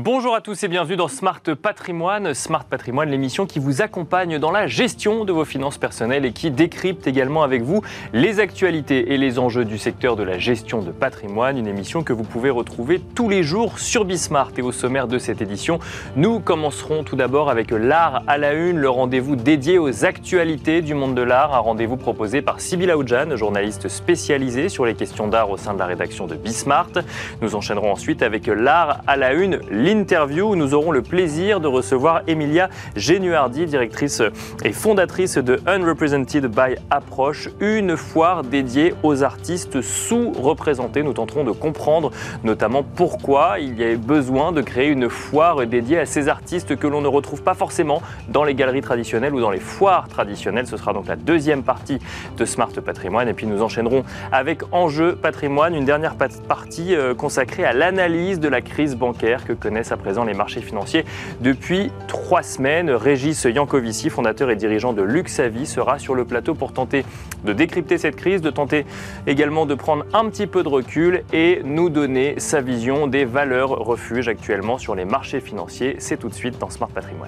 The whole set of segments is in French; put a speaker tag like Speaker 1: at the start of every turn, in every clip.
Speaker 1: Bonjour à tous et bienvenue dans Smart Patrimoine. Smart Patrimoine, l'émission qui vous accompagne dans la gestion de vos finances personnelles et qui décrypte également avec vous les actualités et les enjeux du secteur de la gestion de patrimoine. Une émission que vous pouvez retrouver tous les jours sur Bismart. Et au sommaire de cette édition, nous commencerons tout d'abord avec l'art à la une, le rendez-vous dédié aux actualités du monde de l'art. Un rendez-vous proposé par Sybille Aoudjan, journaliste spécialisée sur les questions d'art au sein de la rédaction de Bismart. Nous enchaînerons ensuite avec l'art à la une, l'interview où nous aurons le plaisir de recevoir Emilia Genuardi, directrice et fondatrice de Unrepresented by Approach, une foire dédiée aux artistes sous-représentés. Nous tenterons de comprendre notamment pourquoi il y avait besoin de créer une foire dédiée à ces artistes que l'on ne retrouve pas forcément dans les galeries traditionnelles ou dans les foires traditionnelles. Ce sera donc la deuxième partie de Smart Patrimoine. Et puis nous enchaînerons avec Enjeu Patrimoine, une dernière partie consacrée à l'analyse de la crise bancaire que connaissent à présent les marchés financiers depuis 3 semaines. Régis Yankovici, fondateur et dirigeant de Luxavis, sera sur le plateau pour tenter de décrypter cette crise, de tenter également de prendre un petit peu de recul et nous donner sa vision des valeurs refuges actuellement sur les marchés financiers. C'est tout de suite dans Smart Patrimoine.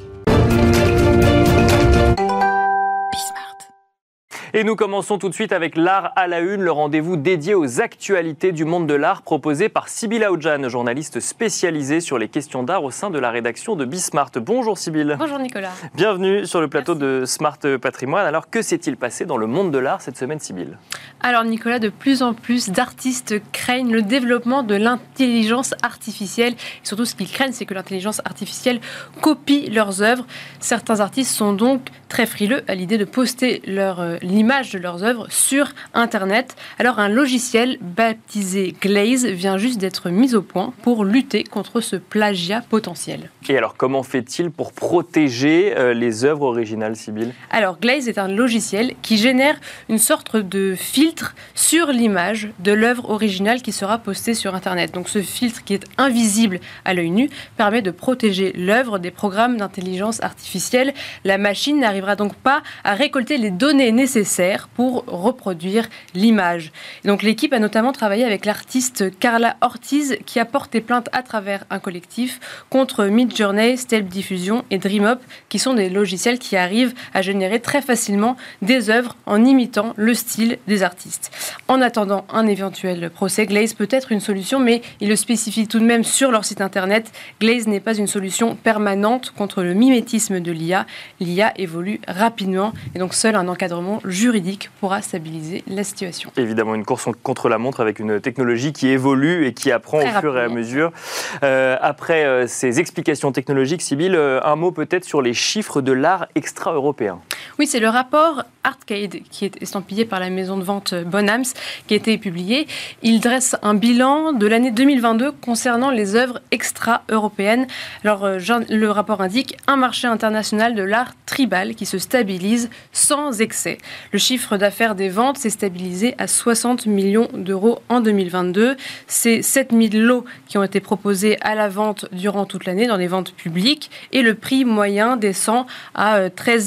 Speaker 1: Et nous commençons tout de suite avec l'art à la une, le rendez-vous dédié aux actualités du monde de l'art proposé par Sybille Aoudjan, journaliste spécialisée sur les questions d'art au sein de la rédaction de Bismart. Bonjour Sybille.
Speaker 2: Bonjour Nicolas.
Speaker 1: Bienvenue sur le plateau
Speaker 2: Merci.
Speaker 1: de Smart Patrimoine. Alors que s'est-il passé dans le monde de l'art cette semaine, Sybille ?
Speaker 2: Alors Nicolas, de plus en plus d'artistes craignent le développement de l'intelligence artificielle. Et surtout, ce qu'ils craignent, c'est que l'intelligence artificielle copie leurs œuvres. Certains artistes sont donc très frileux à l'idée de poster l'image de leurs œuvres sur Internet. Alors un logiciel baptisé Glaze vient juste d'être mis au point pour lutter contre ce plagiat potentiel.
Speaker 1: Et alors comment fait-il pour protéger les œuvres originales, Sybille ?
Speaker 2: Alors Glaze est un logiciel qui génère une sorte de filtre sur l'image de l'œuvre originale qui sera postée sur Internet. Donc ce filtre qui est invisible à l'œil nu permet de protéger l'œuvre des programmes d'intelligence artificielle. La machine n'arrivera donc pas à récolter les données nécessaires pour reproduire l'image. Et donc l'équipe a notamment travaillé avec l'artiste Carla Ortiz qui a porté plainte à travers un collectif contre Midjourney, Step Diffusion et DreamUp qui sont des logiciels qui arrivent à générer très facilement des œuvres en imitant le style des artistes. En attendant un éventuel procès, Glaze peut être une solution, mais ils le spécifient tout de même sur leur site internet. Glaze n'est pas une solution permanente contre le mimétisme de l'IA. L'IA évolue rapidement et donc seul un encadrement juridique pourra stabiliser la situation.
Speaker 1: Évidemment, une course contre la montre avec une technologie qui évolue et qui apprend au fur et à mesure. Après ces explications technologiques, Sybille, un mot peut-être sur les chiffres de l'art extra-européen.
Speaker 2: Oui, c'est le rapport Artcade qui est estampillé par la maison de vente Bonhams qui a été publié. Il dresse un bilan de l'année 2022 concernant les œuvres extra-européennes. Alors, le rapport indique un marché international de l'art tribal qui se stabilise sans excès. Le chiffre d'affaires des ventes s'est stabilisé à 60 millions d'euros en 2022. C'est 7000 lots qui ont été proposés à la vente durant toute l'année dans les ventes publiques et le prix moyen descend à 13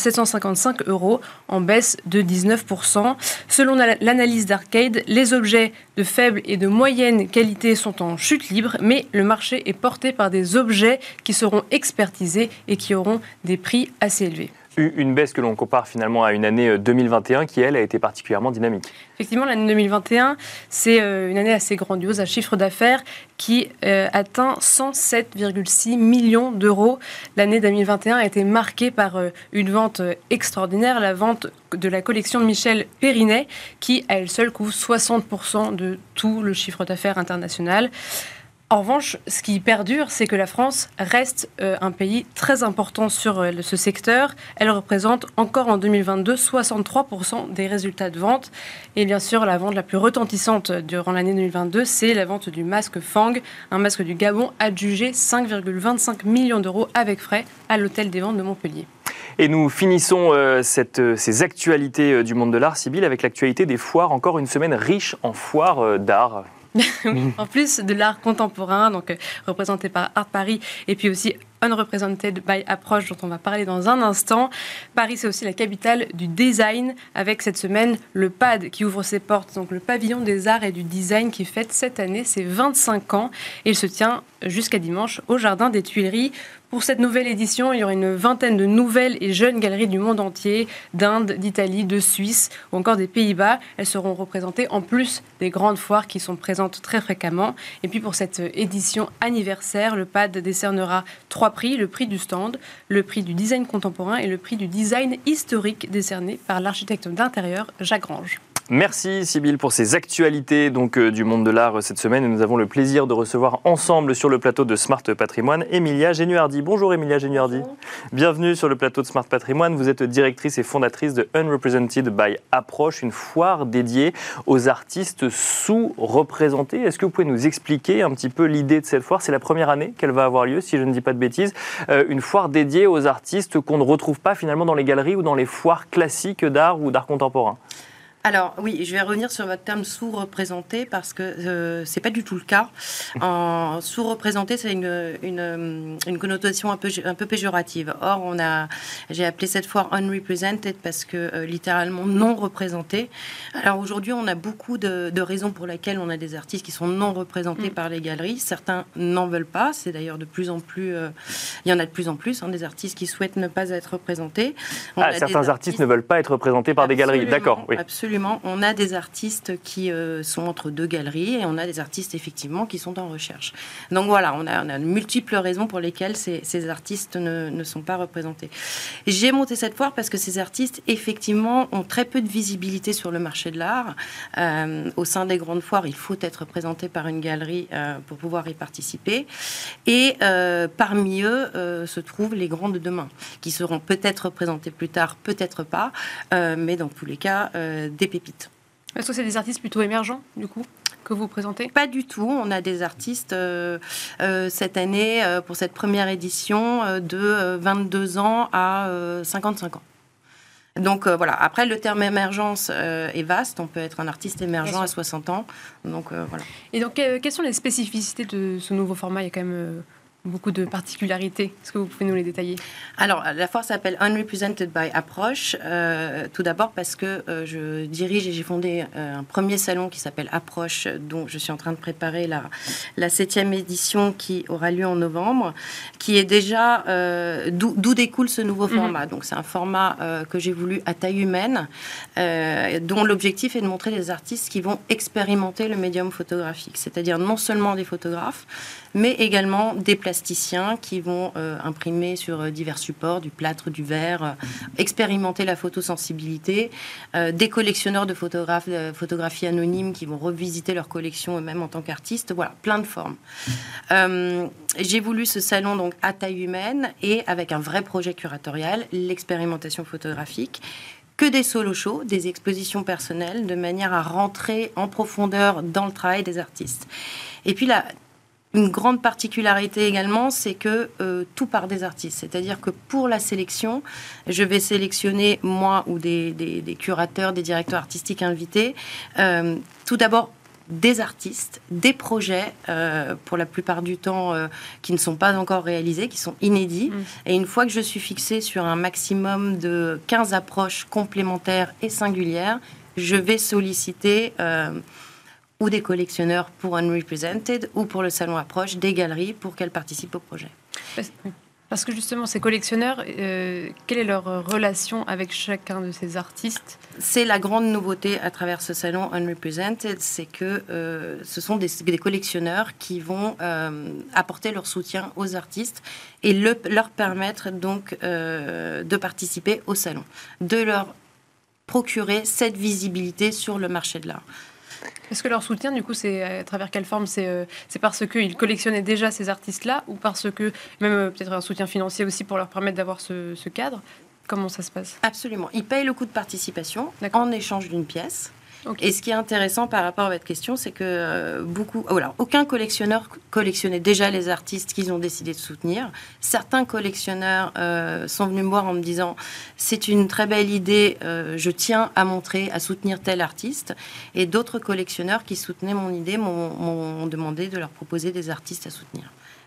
Speaker 2: 755 euros en baisse de 19%. Selon l'analyse d'Arcade, les objets de faible et de moyenne qualité sont en chute libre, mais le marché est porté par des objets qui seront expertisés et qui auront des prix assez élevés.
Speaker 1: Une baisse que l'on compare finalement à une année 2021 qui, elle, a été particulièrement dynamique.
Speaker 2: Effectivement, l'année 2021, c'est une année assez grandiose, un chiffre d'affaires qui atteint 107,6 millions d'euros. L'année 2021 a été marquée par une vente extraordinaire, la vente de la collection de Michel Perrinet, qui, à elle seule, couvre 60% de tout le chiffre d'affaires international. En revanche, ce qui perdure, c'est que la France reste un pays très important sur ce secteur. Elle représente encore en 2022 63% des résultats de vente. Et bien sûr, la vente la plus retentissante durant l'année 2022, c'est la vente du masque Fang, un masque du Gabon adjugé 5,25 millions d'euros avec frais à l'hôtel des ventes de Montpellier.
Speaker 1: Et nous finissons ces actualités du monde de l'art, Sybille, avec l'actualité des foires. Encore une semaine riche en foires d'art.
Speaker 2: En plus de l'art contemporain, donc représenté par Art Paris, et puis aussi Unrepresented by Approach dont on va parler dans un instant. Paris, c'est aussi la capitale du design avec cette semaine le PAD qui ouvre ses portes, donc le pavillon des arts et du design qui fête cette année ses 25 ans et il se tient jusqu'à dimanche au Jardin des Tuileries. Pour cette nouvelle édition, il y aura une vingtaine de nouvelles et jeunes galeries du monde entier, d'Inde, d'Italie, de Suisse ou encore des Pays-Bas. Elles seront représentées en plus des grandes foires qui sont présentes très fréquemment. Et puis pour cette édition anniversaire, le PAD décernera 3 prix, le prix du stand, le prix du design contemporain et le prix du design historique décerné par l'architecte d'intérieur Jacques Grange.
Speaker 1: Merci Sybille pour ces actualités du monde de l'art cette semaine. Et nous avons le plaisir de recevoir ensemble sur le plateau de Smart Patrimoine Emilia Genuardi. Bonjour Emilia Genuardi. Bonjour. Bienvenue sur le plateau de Smart Patrimoine. Vous êtes directrice et fondatrice de Unrepresented by Approach, une foire dédiée aux artistes sous-représentés. Est-ce que vous pouvez nous expliquer un petit peu l'idée de cette foire ? C'est la première année qu'elle va avoir lieu, si je ne dis pas de bêtises. Une foire dédiée aux artistes qu'on ne retrouve pas finalement dans les galeries ou dans les foires classiques d'art ou d'art contemporain.
Speaker 3: Alors oui, je vais revenir sur votre terme sous-représenté parce que c'est pas du tout le cas. En sous-représenté, c'est une connotation un peu péjorative. Or, j'ai appelé cette foire unrepresented parce que littéralement non représenté. Alors aujourd'hui, on a beaucoup de raisons pour lesquelles on a des artistes qui sont non représentés par les galeries. Certains n'en veulent pas. C'est d'ailleurs de plus en plus, il y en a de plus en plus, des artistes qui souhaitent ne pas être représentés.
Speaker 1: Certains artistes ne veulent pas être représentés par des galeries. D'accord. Oui.
Speaker 3: Absolument. On a des artistes qui sont entre deux galeries et on a des artistes effectivement qui sont en recherche. Donc voilà, on a multiples raisons pour lesquelles ces artistes ne sont pas représentés. J'ai monté cette foire parce que ces artistes effectivement ont très peu de visibilité sur le marché de l'art. Au sein des grandes foires, il faut être représenté par une galerie pour pouvoir y participer. Et parmi eux se trouvent les grands de demain, qui seront peut-être représentés plus tard, peut-être pas, mais dans tous les cas, des pépites.
Speaker 2: Est-ce que c'est des artistes plutôt émergents, du coup, que vous présentez ?
Speaker 3: Pas du tout. On a des artistes cette année, pour cette première édition, de 22 ans à 55 ans. Donc voilà. Après, le terme émergence est vaste. On peut être un artiste émergent à 60 ans. Donc voilà.
Speaker 2: Et donc, quelles sont les spécificités de ce nouveau format ? Il y a quand même beaucoup de particularités. Est-ce que vous pouvez nous les détailler ?
Speaker 3: Alors, la foire s'appelle Unrepresented by Approach. Tout d'abord parce que je dirige et j'ai fondé un premier salon qui s'appelle Approach, dont je suis en train de préparer la 7e édition qui aura lieu en novembre, qui est déjà d'où découle ce nouveau format. Donc, c'est un format que j'ai voulu à taille humaine, dont l'objectif est de montrer des artistes qui vont expérimenter le médium photographique, c'est-à-dire non seulement des photographes, mais également des plasticiens qui vont imprimer sur divers supports, du plâtre, du verre, expérimenter la photosensibilité, des collectionneurs de photographie anonyme qui vont revisiter leur collection eux-mêmes en tant qu'artistes. Voilà, plein de formes. J'ai voulu ce salon donc à taille humaine et avec un vrai projet curatorial, l'expérimentation photographique, que des solo shows, des expositions personnelles, de manière à rentrer en profondeur dans le travail des artistes. Et puis là, une grande particularité également, c'est que tout part des artistes. C'est-à-dire que pour la sélection, je vais sélectionner, moi ou des curateurs, des directeurs artistiques invités, tout d'abord des artistes, des projets, pour la plupart du temps, qui ne sont pas encore réalisés, qui sont inédits. Et une fois que je suis fixée sur un maximum de 15 approches complémentaires et singulières, je vais solliciter ou des collectionneurs pour Unrepresented, ou pour le salon Approche, des galeries pour qu'elles participent au projet.
Speaker 2: Parce que justement, ces collectionneurs, quelle est leur relation avec chacun de ces artistes ?
Speaker 3: C'est la grande nouveauté à travers ce salon Unrepresented, c'est que ce sont des collectionneurs qui vont apporter leur soutien aux artistes et leur permettre donc de participer au salon, de leur procurer cette visibilité sur le marché de l'art.
Speaker 2: Est-ce que leur soutien, du coup, c'est à travers quelle forme ? C'est parce qu'ils collectionnaient déjà ces artistes-là ou parce que, même peut-être un soutien financier aussi pour leur permettre d'avoir ce cadre ? Comment ça se passe ?
Speaker 3: Absolument. Ils payent le coût de participation en échange d'une pièce.
Speaker 2: Okay.
Speaker 3: Et ce qui est intéressant par rapport à votre question, c'est que aucun collectionneur collectionnait déjà les artistes qu'ils ont décidé de soutenir. Certains collectionneurs sont venus me voir en me disant « c'est une très belle idée, je tiens à montrer, à soutenir tel artiste ». Et d'autres collectionneurs qui soutenaient mon idée m'ont demandé de leur proposer des artistes à soutenir.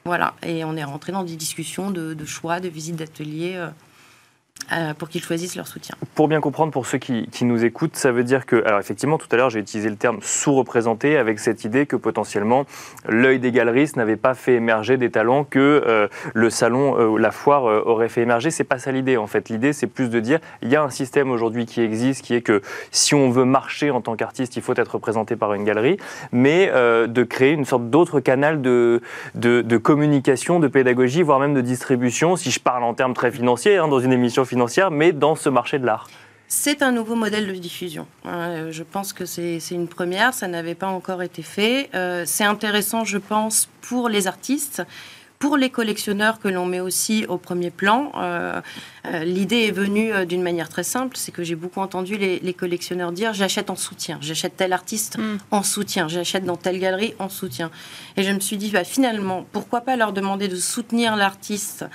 Speaker 3: Voilà, et on est rentré dans des discussions de choix, de visites d'ateliers pour qu'ils choisissent leur soutien.
Speaker 1: Pour bien comprendre, pour ceux qui nous écoutent, ça veut dire que, alors effectivement, tout à l'heure, j'ai utilisé le terme sous-représenté avec cette idée que potentiellement l'œil des galeristes n'avait pas fait émerger des talents que le salon, la foire aurait fait émerger. C'est pas ça l'idée en fait. L'idée, c'est plus de dire, il y a un système aujourd'hui qui existe, qui est que si on veut marcher en tant qu'artiste, il faut être représenté par une galerie, mais de créer une sorte d'autre canal de communication, de pédagogie, voire même de distribution, si je parle en termes très financiers, dans une émission financière, mais dans ce marché de l'art.
Speaker 3: C'est un nouveau modèle de diffusion. Je pense que c'est une première, ça n'avait pas encore été fait. C'est intéressant, je pense, pour les artistes, pour les collectionneurs que l'on met aussi au premier plan. L'idée est venue d'une manière très simple, c'est que j'ai beaucoup entendu les collectionneurs dire « j'achète en soutien, j'achète tel artiste en soutien, j'achète dans telle galerie en soutien ». Et je me suis dit, finalement, pourquoi pas leur demander de soutenir l'artiste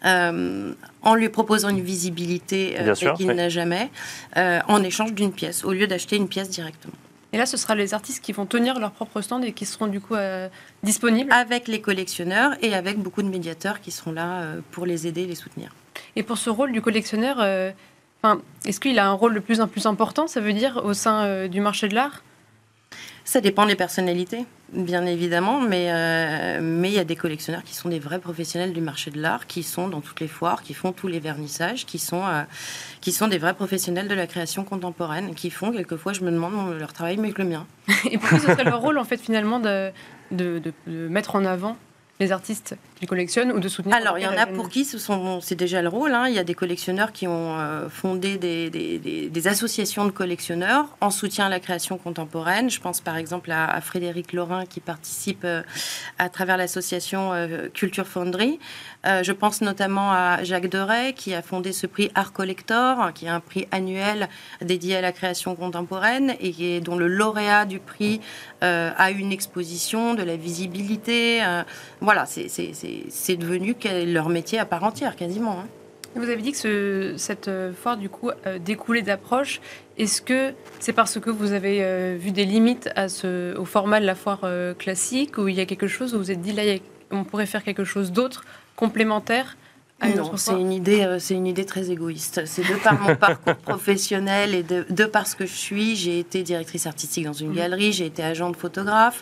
Speaker 3: en lui proposant une visibilité qu'il n'a jamais, en échange d'une pièce, au lieu d'acheter une pièce directement.
Speaker 2: Et là, ce sera les artistes qui vont tenir leur propre stand et qui seront du coup disponibles.
Speaker 3: Avec les collectionneurs et avec beaucoup de médiateurs qui seront là pour les aider et les soutenir.
Speaker 2: Et pour ce rôle du collectionneur, est-ce qu'il a un rôle de plus en plus important, ça veut dire, au sein du marché de l'art ?
Speaker 3: Ça dépend des personnalités, bien évidemment, mais il y a des collectionneurs qui sont des vrais professionnels du marché de l'art, qui sont dans toutes les foires, qui font tous les vernissages, qui sont des vrais professionnels de la création contemporaine, qui font, quelquefois, je me demande, leur travail mieux que le mien.
Speaker 2: Et pourquoi ce serait leur rôle, en fait, finalement, de mettre en avant les artistes qu'ils collectionnent ou de soutenir?
Speaker 3: Alors, il y en a pour qui c'est déjà le rôle. Il y a des collectionneurs qui ont fondé des associations de collectionneurs en soutien à la création contemporaine. Je pense par exemple à Frédéric Laurin qui participe à travers l'association Culture Fonderie. Je pense notamment à Jacques Deray qui a fondé ce prix Art Collector, qui est un prix annuel dédié à la création contemporaine et dont le lauréat du prix a une exposition, de la visibilité. Voilà, c'est devenu leur métier à part entière, quasiment.
Speaker 2: Vous avez dit que cette foire, du coup, découlait d'Approche. Est-ce que c'est parce que vous avez vu des limites au format de la foire classique, ou il y a quelque chose où vous vous êtes dit, là, on pourrait faire quelque chose d'autre, complémentaire à une autre foire ?
Speaker 3: C'est une idée très égoïste. C'est de par mon parcours professionnel et de par ce que je suis. J'ai été directrice artistique dans une galerie, j'ai été agent de photographe.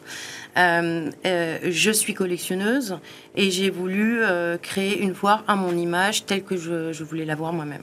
Speaker 3: Je suis collectionneuse et j'ai voulu créer une foire à mon image telle que je voulais la voir moi-même.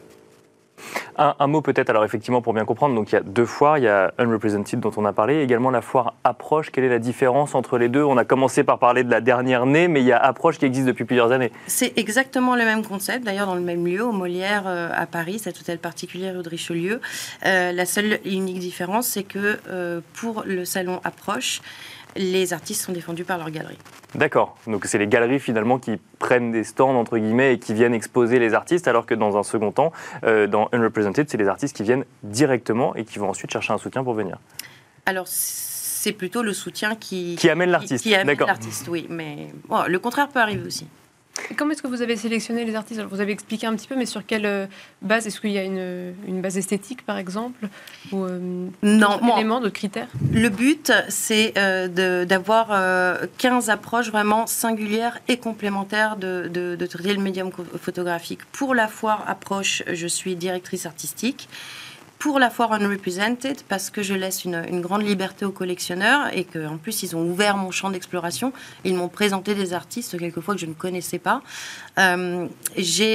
Speaker 1: Un mot peut-être, alors effectivement, pour bien comprendre, donc il y a deux foires, il y a Unrepresented dont on a parlé, et également la foire Approche. Quelle est la différence entre les deux ? On a commencé par parler de la dernière née, mais il y a Approche qui existe depuis plusieurs années.
Speaker 3: C'est exactement le même concept, d'ailleurs dans le même lieu, au Molière à Paris, cet hôtel particulier rue de Richelieu. La seule et unique différence, c'est que pour le salon Approche, les artistes sont défendus par leur galerie.
Speaker 1: D'accord, donc c'est les galeries finalement qui prennent des stands entre guillemets et qui viennent exposer les artistes, alors que dans un second temps, dans Unrepresented, c'est les artistes qui viennent directement et qui vont ensuite chercher un soutien pour venir.
Speaker 3: Alors c'est plutôt le soutien qui
Speaker 1: amène l'artiste.
Speaker 3: Qui amène l'artiste, oui, mais le contraire peut arriver aussi.
Speaker 2: Et comment est-ce que vous avez sélectionné les artistes ? Alors, vous avez expliqué un petit peu, mais sur quelle base ? Est-ce qu'il y a une base esthétique, par exemple, ou éléments de critères ?
Speaker 3: Le but, c'est d'avoir 15 approches vraiment singulières et complémentaires de traiter le médium photographique. Pour la foire Approche, je suis directrice artistique. Pour la foire Unrepresented, parce que je laisse une grande liberté aux collectionneurs et qu'en plus, ils ont ouvert mon champ d'exploration. Ils m'ont présenté des artistes, quelquefois, que je ne connaissais pas. J'ai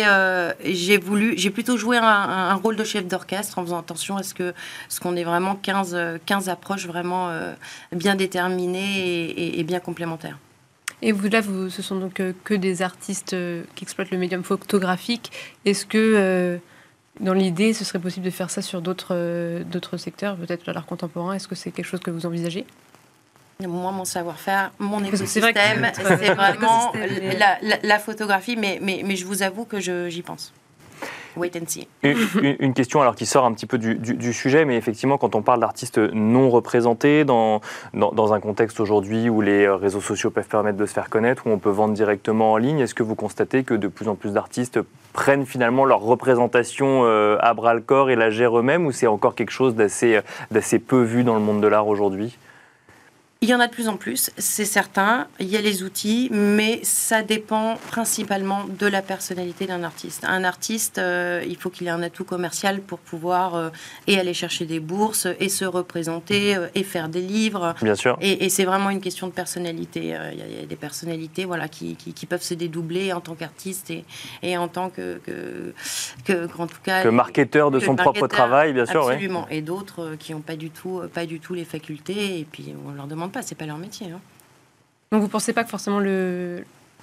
Speaker 3: plutôt joué un rôle de chef d'orchestre en faisant attention à ce qu'on ait vraiment 15 approches vraiment bien déterminées et bien complémentaires.
Speaker 2: Et vous, là, ce sont donc que des artistes qui exploitent le médium photographique. Est-ce que... dans l'idée, ce serait possible de faire ça sur d'autres secteurs, peut-être l'art contemporain. Est-ce que c'est quelque chose que vous envisagez ?
Speaker 3: Moi, mon savoir-faire, mon écosystème, c'est vraiment la photographie, mais je vous avoue que j'y pense. Wait and see.
Speaker 1: Une question alors qui sort un petit peu du sujet, mais effectivement, quand on parle d'artistes non représentés dans un contexte aujourd'hui où les réseaux sociaux peuvent permettre de se faire connaître, où on peut vendre directement en ligne, est-ce que vous constatez que de plus en plus d'artistes prennent finalement leur représentation à bras-le-corps et la gèrent eux-mêmes, ou c'est encore quelque chose d'assez peu vu dans le monde de l'art aujourd'hui ?
Speaker 3: Il y en a de plus en plus, c'est certain. Il y a les outils, mais ça dépend principalement de la personnalité d'un artiste. Un artiste, il faut qu'il ait un atout commercial pour pouvoir et aller chercher des bourses, et se représenter, et faire des livres.
Speaker 1: Bien sûr.
Speaker 3: Et c'est vraiment une question de personnalité. Il y a des personnalités qui peuvent se dédoubler en tant qu'artiste et en tant que en tout cas,
Speaker 1: que marketeur de son propre travail, bien sûr.
Speaker 3: Absolument.
Speaker 1: Ouais.
Speaker 3: Et d'autres qui n'ont pas du tout les facultés, et puis on leur demande pas, c'est pas leur métier. Hein.
Speaker 2: Donc vous ne pensez pas que forcément la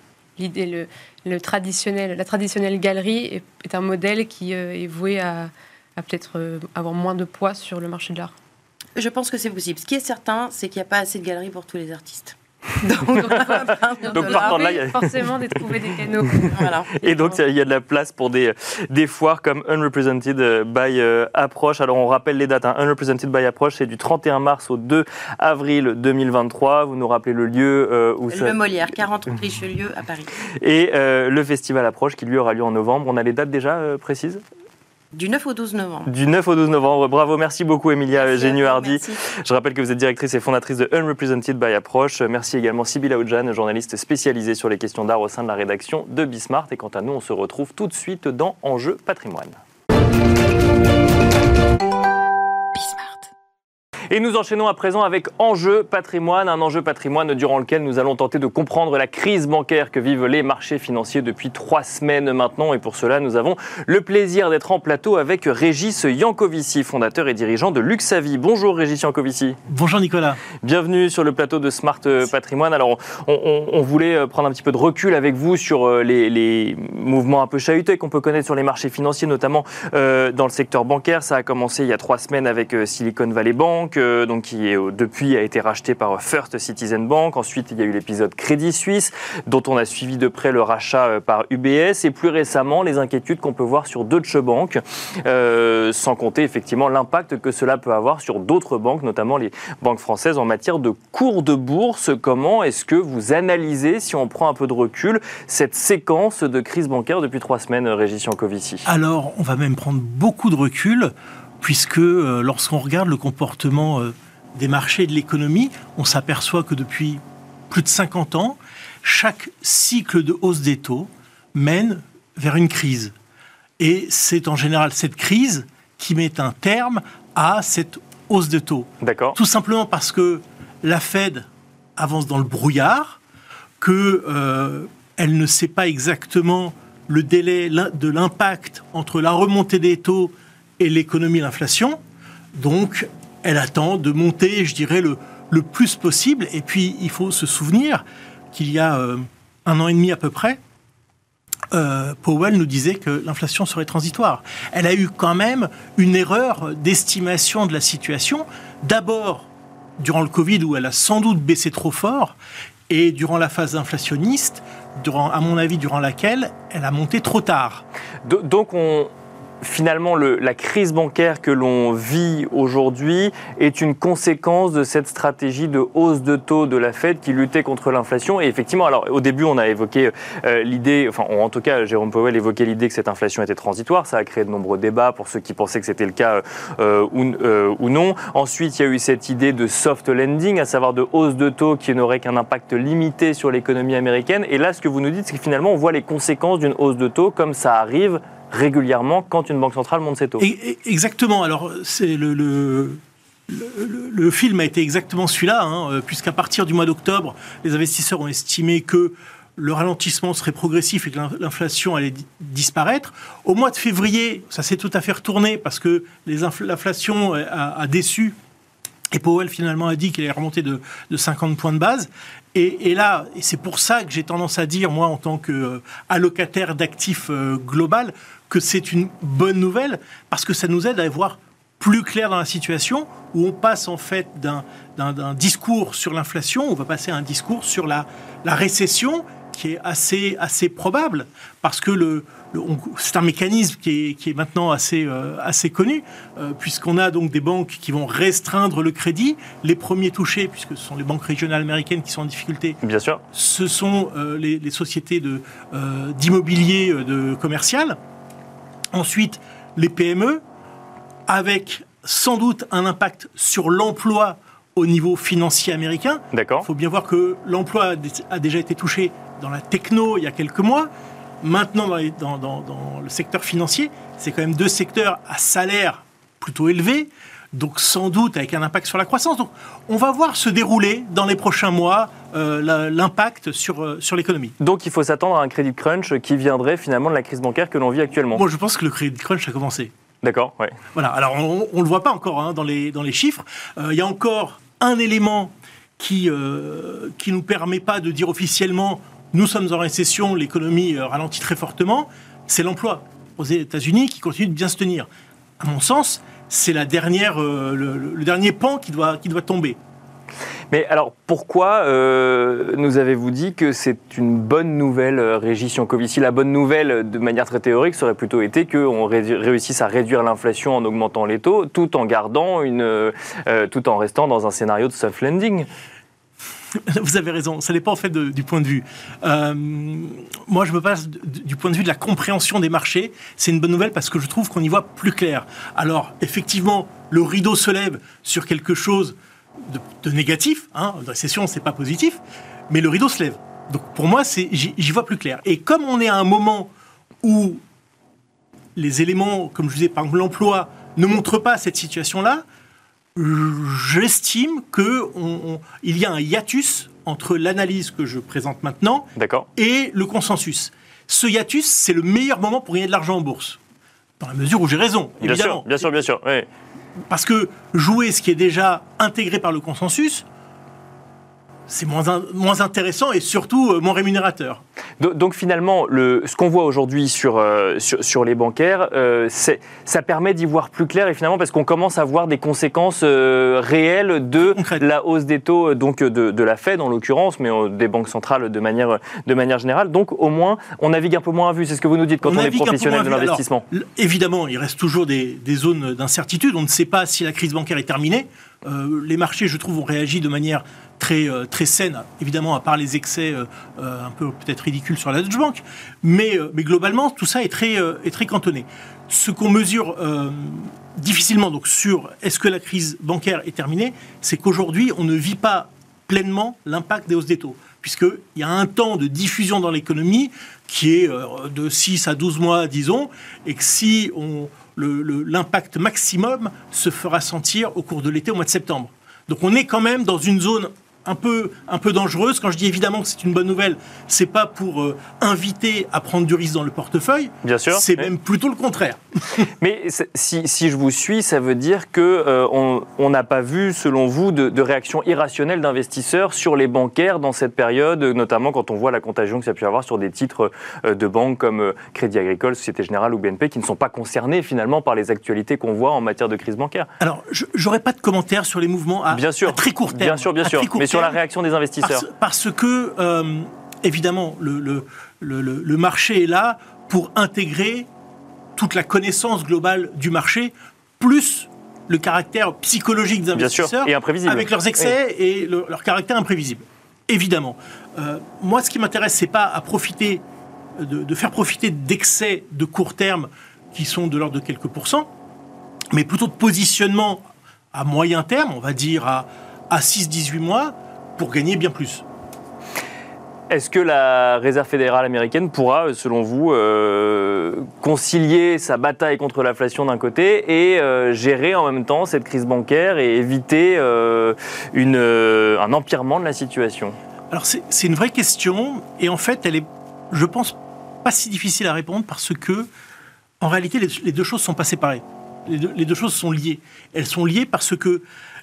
Speaker 2: traditionnelle galerie est un modèle qui est voué à peut-être avoir moins de poids sur le marché de l'art?
Speaker 3: Je pense que c'est possible. Ce qui est certain, c'est qu'il n'y a pas assez de galeries pour tous les artistes. Donc
Speaker 1: partant de là, il y a
Speaker 2: forcément de trouver des canaux.
Speaker 3: Voilà.
Speaker 1: Et donc, il y a de la place pour des foires comme Unrepresented by Approche. Alors, on rappelle les dates. Unrepresented by Approche, c'est du 31 mars au 2 avril 2023. Vous nous rappelez le lieu où ça...
Speaker 3: Le Molière, 40 rue Richelieu à Paris.
Speaker 1: Et le festival Approche qui, lui, aura lieu en novembre. On a les dates déjà précises ?
Speaker 3: Du 9 au 12 novembre.
Speaker 1: Du 9 au 12 novembre. Bravo, merci beaucoup Emilia Génieux-Hardy.
Speaker 3: Merci.
Speaker 1: Je rappelle que vous êtes directrice et fondatrice de Unrepresented by Approche. Merci également Sybille Aoudjan, journaliste spécialisée sur les questions d'art au sein de la rédaction de Bismart. Et quant à nous, on se retrouve tout de suite dans Enjeu Patrimoine. Et nous enchaînons à présent avec Enjeu Patrimoine, un enjeu patrimoine durant lequel nous allons tenter de comprendre la crise bancaire que vivent les marchés financiers depuis 3 semaines maintenant. Et pour cela, nous avons le plaisir d'être en plateau avec Régis Yankovici, fondateur et dirigeant de Luxavie. Bonjour Régis Yankovici.
Speaker 4: Bonjour Nicolas.
Speaker 1: Bienvenue sur le plateau de Smart Patrimoine. Alors, on voulait prendre un petit peu de recul avec vous sur les mouvements un peu chahutés qu'on peut connaître sur les marchés financiers, notamment dans le secteur bancaire. Ça a commencé il y a 3 semaines avec Silicon Valley Bank, donc qui depuis a été racheté par First Citizen Bank. Ensuite, il y a eu l'épisode Crédit Suisse, dont on a suivi de près le rachat par UBS, et plus récemment les inquiétudes qu'on peut voir sur Deutsche Bank, sans compter effectivement l'impact que cela peut avoir sur d'autres banques, notamment les banques françaises en matière de cours de bourse. Comment est-ce que vous analysez, si on prend un peu de recul, cette séquence de crise bancaire depuis 3 semaines, Régis Yankovici?
Speaker 4: Alors, on va même prendre beaucoup de recul, puisque lorsqu'on regarde le comportement des marchés et de l'économie, on s'aperçoit que depuis plus de 50 ans, chaque cycle de hausse des taux mène vers une crise. Et c'est en général cette crise qui met un terme à cette hausse de taux.
Speaker 1: D'accord.
Speaker 4: Tout simplement parce que la Fed avance dans le brouillard, qu'elle ne sait pas exactement le délai de l'impact entre la remontée des taux et l'économie et l'inflation. Donc, elle attend de monter, je dirais, le plus possible. Et puis, il faut se souvenir qu'il y a 1 an et demi à peu près, Powell nous disait que l'inflation serait transitoire. Elle a eu quand même une erreur d'estimation de la situation. D'abord, durant le Covid, où elle a sans doute baissé trop fort, et durant la phase inflationniste, à mon avis, durant laquelle elle a monté trop tard.
Speaker 1: Donc, finalement, la crise bancaire que l'on vit aujourd'hui est une conséquence de cette stratégie de hausse de taux de la Fed qui luttait contre l'inflation. Et effectivement, alors au début, on a évoqué l'idée, enfin en tout cas, Jérôme Powell évoquait l'idée que cette inflation était transitoire. Ça a créé de nombreux débats pour ceux qui pensaient que c'était le cas ou non. Ensuite, il y a eu cette idée de soft landing, à savoir de hausse de taux qui n'aurait qu'un impact limité sur l'économie américaine. Et là, ce que vous nous dites, c'est que finalement, on voit les conséquences d'une hausse de taux comme ça arrive régulièrement quand une banque centrale monte ses taux.
Speaker 4: Exactement. Alors, c'est le film a été exactement celui-là, puisqu'à partir du mois d'octobre, les investisseurs ont estimé que le ralentissement serait progressif et que l'inflation allait disparaître. Au mois de février, ça s'est tout à fait retourné parce que l'inflation a déçu. Et Powell, finalement, a dit qu'il allait remonter de 50 points de base. Et là, et c'est pour ça que j'ai tendance à dire, moi, en tant qu'allocataire d'actifs global, que c'est une bonne nouvelle, parce que ça nous aide à voir plus clair dans la situation, où on passe en fait d'un discours sur l'inflation, on va passer à un discours sur la récession, qui est assez probable, parce que c'est un mécanisme qui est maintenant assez connu, puisqu'on a donc des banques qui vont restreindre le crédit. Les premiers touchés, puisque ce sont les banques régionales américaines qui sont en difficulté,
Speaker 1: bien sûr, ce
Speaker 4: sont les sociétés d'immobilier commercial. Ensuite, les PME, avec sans doute un impact sur l'emploi au niveau financier américain.
Speaker 1: D'accord.
Speaker 4: Il faut bien voir que l'emploi a déjà été touché dans la techno il y a quelques mois. Maintenant, dans le secteur financier, c'est quand même 2 secteurs à salaire plutôt élevé, donc sans doute avec un impact sur la croissance. Donc on va voir se dérouler dans les prochains mois l'impact sur l'économie.
Speaker 1: Donc il faut s'attendre à un credit crunch qui viendrait finalement de la crise bancaire que l'on vit actuellement.
Speaker 4: Moi je pense que le credit crunch a commencé.
Speaker 1: D'accord, ouais.
Speaker 4: Voilà, alors on ne le voit pas encore dans les chiffres. Il y a encore un élément qui nous permet pas de dire officiellement nous sommes en récession, l'économie ralentit très fortement, c'est l'emploi aux États-Unis qui continue de bien se tenir. À mon sens, c'est le dernier pan qui doit tomber.
Speaker 1: Mais alors, pourquoi nous avez-vous dit que c'est une bonne nouvelle, Régis Jancovici? La bonne nouvelle, de manière très théorique, serait plutôt été qu'on réussisse à réduire l'inflation en augmentant les taux, tout en restant dans un scénario de soft landing.
Speaker 4: Vous avez raison, ça dépend en fait du point de vue. Moi, je me passe du point de vue de la compréhension des marchés. C'est une bonne nouvelle parce que je trouve qu'on y voit plus clair. Alors, effectivement, le rideau se lève sur quelque chose de négatif. Une récession, c'est pas positif, mais le rideau se lève. Donc, pour moi, j'y vois plus clair. Et comme on est à un moment où les éléments, comme je disais, par exemple l'emploi, ne montrent pas cette situation-là, j'estime qu'il y a un hiatus entre l'analyse que je présente maintenant et le consensus. Ce hiatus, c'est le meilleur moment pour gagner de l'argent en bourse. Dans la mesure où j'ai raison, évidemment.
Speaker 1: Bien sûr. Oui.
Speaker 4: Parce que jouer ce qui est déjà intégré par le consensus, c'est moins intéressant et surtout moins rémunérateur.
Speaker 1: Donc finalement, ce qu'on voit aujourd'hui sur les bancaires, ça permet d'y voir plus clair et finalement parce qu'on commence à voir des conséquences réelles de la hausse des taux, donc de la Fed en l'occurrence, mais des banques centrales de manière générale. Donc au moins, on navigue un peu moins à vue. C'est ce que vous nous dites quand on est professionnel de l'investissement.
Speaker 4: Alors, évidemment, il reste toujours des zones d'incertitude. On ne sait pas si la crise bancaire est terminée. Les marchés, je trouve, ont réagi de manière très saine, évidemment, à part les excès un peu peut-être ridicules sur la Deutsche Bank. Mais globalement, tout ça est très cantonné. Ce qu'on mesure difficilement donc, sur est-ce que la crise bancaire est terminée, c'est qu'aujourd'hui, on ne vit pas pleinement l'impact des hausses des taux. Puisqu'il y a un temps de diffusion dans l'économie qui est de 6 à 12 mois, disons, et que si l'impact maximum se fera sentir au cours de l'été, au mois de septembre. Donc on est quand même dans une zone un peu dangereuse. Quand je dis évidemment que c'est une bonne nouvelle, c'est pas pour inviter à prendre du risque dans le portefeuille.
Speaker 1: Bien sûr.
Speaker 4: C'est même plutôt le contraire.
Speaker 1: Mais si je vous suis, ça veut dire que on n'a pas vu, selon vous, de réaction irrationnelle d'investisseurs sur les bancaires dans cette période, notamment quand on voit la contagion que ça a pu avoir sur des titres de banques comme Crédit Agricole, Société Générale ou BNP, qui ne sont pas concernés finalement par les actualités qu'on voit en matière de crise bancaire.
Speaker 4: Alors, j'aurais pas de commentaires sur les mouvements à très court terme.
Speaker 1: Bien sûr. Mais sur la réaction des investisseurs.
Speaker 4: Parce que, évidemment, le marché est là pour intégrer toute la connaissance globale du marché, plus le caractère psychologique des investisseurs,
Speaker 1: et imprévisible.
Speaker 4: Avec leurs excès et leur caractère imprévisible. Évidemment. Moi, ce qui m'intéresse, c'est pas de faire profiter d'excès de court terme qui sont de l'ordre de quelques pourcents, mais plutôt de positionnement à moyen terme, on va dire à 6-18 mois, pour gagner bien plus.
Speaker 1: Est-ce que la Réserve fédérale américaine pourra, selon vous, concilier sa bataille contre l'inflation d'un côté et gérer en même temps cette crise bancaire et éviter un empirement de la situation? Alors
Speaker 4: c'est une vraie question et en fait elle est, je pense, pas si difficile à répondre parce que en réalité les deux choses sont pas séparées. Les deux choses sont liées. Elles sont liées parce que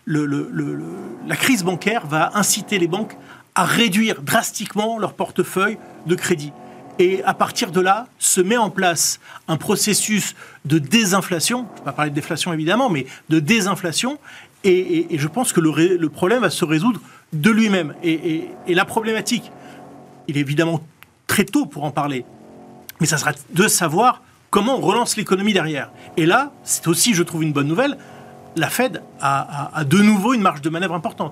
Speaker 4: la crise bancaire va inciter les banques à réduire drastiquement leur portefeuille de crédit. Et à partir de là, se met en place un processus de désinflation, je ne vais pas parler de déflation évidemment, mais de désinflation, et je pense que le problème va se résoudre de lui-même. Et la problématique, il est évidemment très tôt pour en parler, mais ça sera de savoir comment on relance l'économie derrière. Et là, c'est aussi, je trouve, une bonne nouvelle, la Fed a de nouveau une marge de manœuvre importante.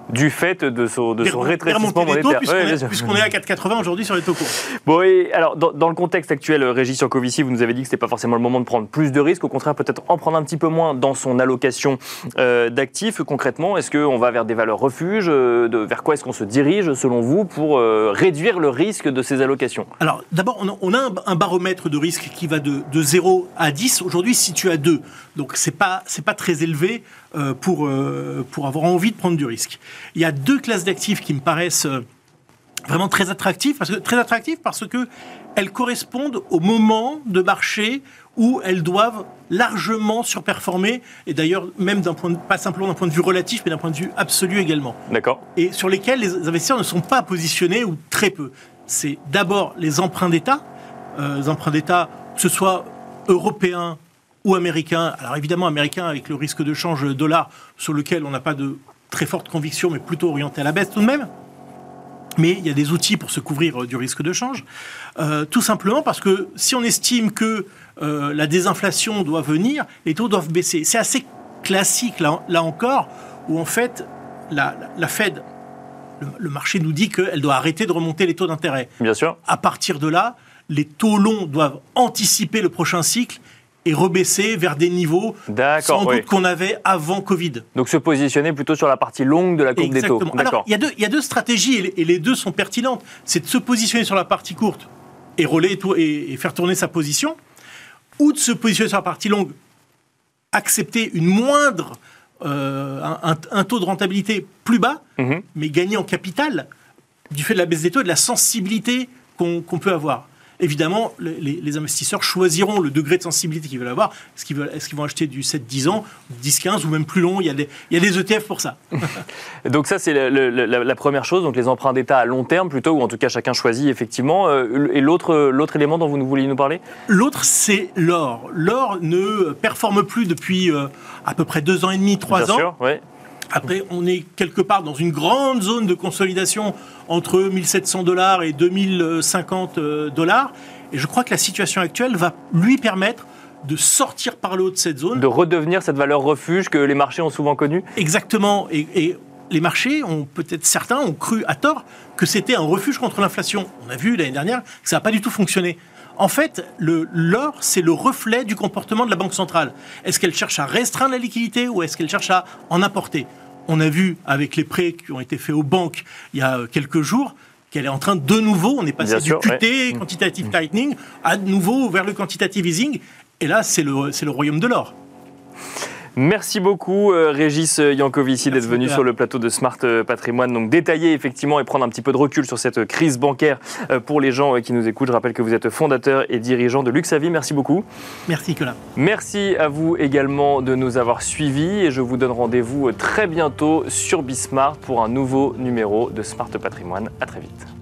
Speaker 1: Du fait de son rétrécissement
Speaker 4: les taux,
Speaker 1: monétaire.
Speaker 4: puisqu'on est à 4,80 aujourd'hui sur les taux courts.
Speaker 1: Bon, et alors, dans le contexte actuel, Régis Jancovici, vous nous avez dit que ce n'était pas forcément le moment de prendre plus de risques, au contraire, peut-être en prendre un petit peu moins dans son allocation d'actifs. Concrètement, est-ce qu'on va vers des valeurs refuges vers quoi est-ce qu'on se dirige, selon vous, pour réduire le risque de ces allocations? Alors,
Speaker 4: d'abord, on a un baromètre de risque qui va de 0 à 10. Aujourd'hui, se situe à 2. Donc, c'est pas très élevé pour avoir envie de prendre du risque. Il y a 2 classes d'actifs qui me paraissent vraiment très attractives parce que elles correspondent au moment de marché où elles doivent largement surperformer, et d'ailleurs même pas simplement d'un point de vue relatif, mais d'un point de vue absolu également.
Speaker 1: D'accord.
Speaker 4: Et sur lesquels les investisseurs ne sont pas positionnés, ou très peu. C'est d'abord les emprunts d'État, que ce soit européens ou américains. Alors évidemment américains avec le risque de change dollar sur lequel on n'a pas de très forte conviction, mais plutôt orienté à la baisse tout de même. Mais il y a des outils pour se couvrir du risque de change. Tout simplement parce que si on estime que la désinflation doit venir, les taux doivent baisser. C'est assez classique, là encore, où en fait, la Fed, le marché nous dit qu'elle doit arrêter de remonter les taux d'intérêt.
Speaker 1: Bien sûr.
Speaker 4: À partir de là, les taux longs doivent anticiper le prochain cycle et rebaisser vers des niveaux sans doute qu'on avait avant Covid.
Speaker 1: Donc se positionner plutôt sur la partie longue de la courbe des taux.
Speaker 4: Alors, il y a deux stratégies et les deux sont pertinentes. C'est de se positionner sur la partie courte et et faire tourner sa position, ou de se positionner sur la partie longue, accepter une moindre, un taux de rentabilité plus bas, mais gagner en capital du fait de la baisse des taux et de la sensibilité qu'on peut avoir. Évidemment, les investisseurs choisiront le degré de sensibilité qu'ils veulent avoir. Est-ce qu'ils vont acheter du 7-10 ans, 10-15 ou même plus long? Il y a des ETF pour ça.
Speaker 1: Donc ça, c'est la première chose, donc les emprunts d'État à long terme plutôt, ou en tout cas chacun choisit effectivement. Et l'autre élément dont vous vouliez nous parler?
Speaker 4: L'autre, c'est l'or. L'or ne performe plus depuis à peu près 2 ans et demi, 3 ans. Bien sûr, oui. Après, on est quelque part dans une grande zone de consolidation entre 1700 $ et 2050 $. Et je crois que la situation actuelle va lui permettre de sortir par le haut de cette zone.
Speaker 1: De redevenir cette valeur refuge que les marchés ont souvent connue.
Speaker 4: Exactement. Et les marchés, certains ont cru à tort que c'était un refuge contre l'inflation. On a vu l'année dernière que ça n'a pas du tout fonctionné. En fait, l'or, c'est le reflet du comportement de la Banque centrale. Est-ce qu'elle cherche à restreindre la liquidité ou est-ce qu'elle cherche à en apporter? On a vu avec les prêts qui ont été faits aux banques il y a quelques jours qu'elle est en train de nouveau, on est passé du QT, quantitative tightening, à nouveau vers le quantitative easing. Et là, c'est le royaume de l'or.
Speaker 1: Merci beaucoup Régis Jancovici d'être venu sur le plateau de Smart Patrimoine, donc détailler effectivement et prendre un petit peu de recul sur cette crise bancaire pour les gens qui nous écoutent. Je rappelle que vous êtes fondateur et dirigeant de Luxavie. Merci beaucoup.
Speaker 4: Merci Nicolas.
Speaker 1: Merci à vous également de nous avoir suivis et je vous donne rendez-vous très bientôt sur Bismart pour un nouveau numéro de Smart Patrimoine. À très vite.